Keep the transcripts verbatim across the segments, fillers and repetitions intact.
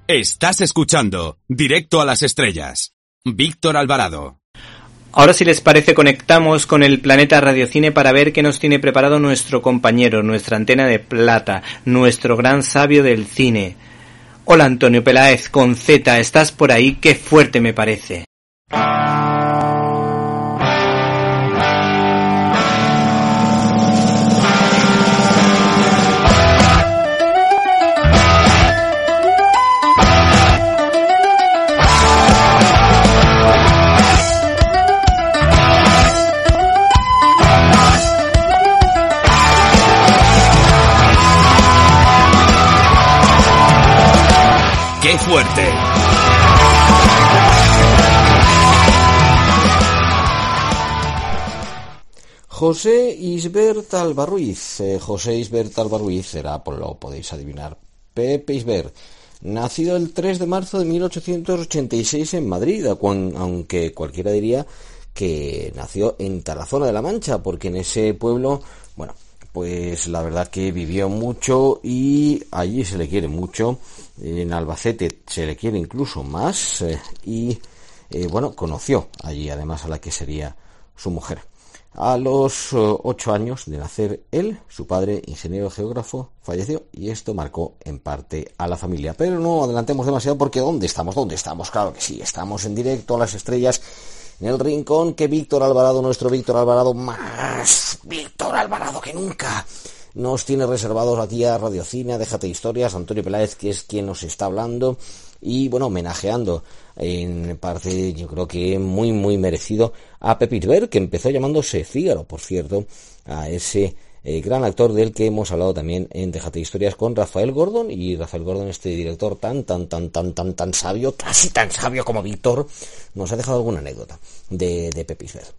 Estás escuchando Directo a las Estrellas. Víctor Alvarado. Ahora, si les parece, conectamos con el planeta Radiocine para ver qué nos tiene preparado nuestro compañero, nuestra antena de plata, nuestro gran sabio del cine. Hola, Antonio Peláez, con Z, ¿estás por ahí? Qué fuerte me parece. ¡Qué fuerte! José Isbert Albarruiz. Eh, José Isbert Albarruiz será, pues lo podéis adivinar, Pepe Isbert. Nacido el tres de marzo de mil ochocientos ochenta y seis en Madrid, aunque cualquiera diría que nació en Tarazona de la Mancha, porque en ese pueblo, bueno, pues la verdad que vivió mucho y allí se le quiere mucho. En Albacete se le quiere incluso más eh, y eh, bueno, conoció allí además a la que sería su mujer. A los uh, ocho años de nacer él, su padre, ingeniero geógrafo, falleció y esto marcó en parte a la familia. Pero no adelantemos demasiado porque ¿dónde estamos? ¿Dónde estamos? Claro que sí, estamos en Directo a las Estrellas, en el rincón que Víctor Alvarado, nuestro Víctor Alvarado, más Víctor Alvarado que nunca, nos tiene reservados aquí a Radiocine, a Déjate Historias, Antonio Peláez, que es quien nos está hablando, y bueno, homenajeando en parte, yo creo que muy muy merecido, a Pepe Isbert, que empezó llamándose Fígaro, por cierto, a ese eh, gran actor del que hemos hablado también en Déjate Historias con Rafael Gordon, y Rafael Gordon, este director tan tan tan tan tan tan sabio, casi tan sabio como Víctor, nos ha dejado alguna anécdota de, de Pepe Isbert,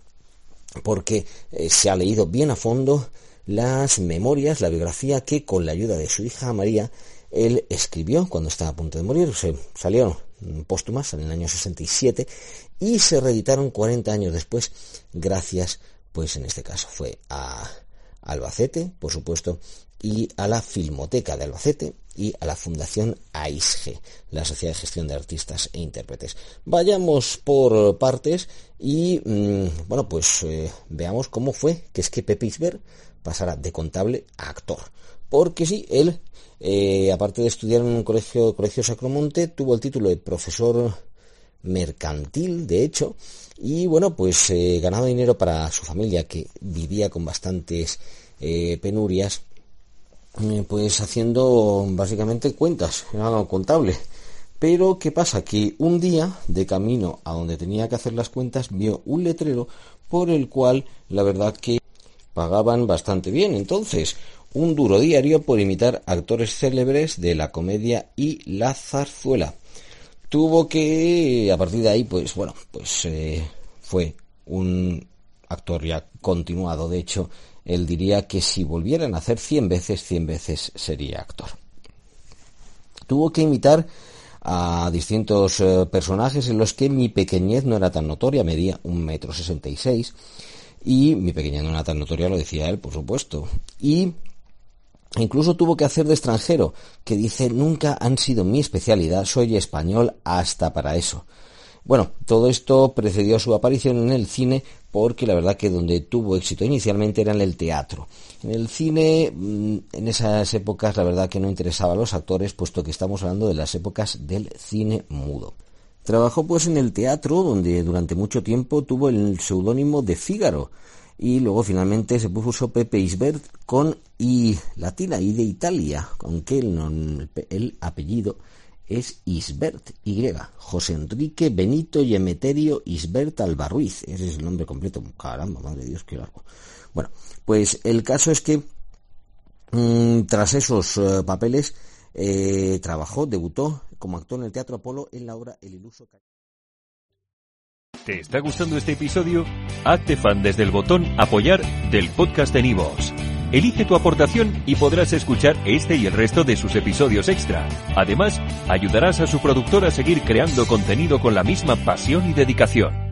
porque eh, se ha leído bien a fondo las memorias, la biografía que con la ayuda de su hija María él escribió cuando estaba a punto de morir. Se salieron póstumas en el año sesenta y siete y se reeditaron cuarenta años después, gracias, pues en este caso fue a Albacete, por supuesto, y a la Filmoteca de Albacete y a la Fundación A I S G, la Sociedad de Gestión de Artistas e Intérpretes. Vayamos por partes y mmm, bueno, pues eh, veamos cómo fue que es que Pepe Isbert pasara de contable a actor, porque sí, él eh, aparte de estudiar en un colegio, colegio Sacromonte, tuvo el título de profesor mercantil, de hecho, y bueno, pues eh, ganaba dinero para su familia, que vivía con bastantes eh, penurias, eh, pues haciendo básicamente cuentas, era contable. Pero ¿qué pasa? Que un día, de camino a donde tenía que hacer las cuentas, vio un letrero por el cual la verdad que pagaban bastante bien. Entonces, un duro diario por imitar actores célebres de la comedia y la zarzuela. Tuvo que, a partir de ahí, pues bueno, pues eh, fue un actor ya continuado. De hecho, él diría que si volvieran a hacer cien veces, cien veces sería actor. Tuvo que imitar a distintos eh, personajes en los que mi pequeñez no era tan notoria, medía un metro sesenta y seis, y mi pequeñez no era tan notoria, lo decía él, por supuesto, y incluso tuvo que hacer de extranjero, que dice, nunca han sido mi especialidad, soy español hasta para eso. Bueno, todo esto precedió su aparición en el cine, porque la verdad que donde tuvo éxito inicialmente era en el teatro. En el cine, en esas épocas, la verdad que no interesaba a los actores, puesto que estamos hablando de las épocas del cine mudo. Trabajó pues en el teatro, donde durante mucho tiempo tuvo el seudónimo de Fígaro, y luego finalmente se puso Pepe Isbert con I latina, I de Italia, aunque el, el apellido es Isbert, Y, José Enrique Benito y Emeterio Isbert Albarruiz, ese es el nombre completo, caramba, madre de Dios, qué largo. Bueno, pues el caso es que mmm, tras esos uh, papeles eh, trabajó, debutó como actor en el Teatro Apolo en la obra El iluso. ¿Te está gustando este episodio? Hazte fan desde el botón Apoyar del podcast de Nivos. Elige tu aportación y podrás escuchar este y el resto de sus episodios extra. Además, ayudarás a su productor a seguir creando contenido con la misma pasión y dedicación.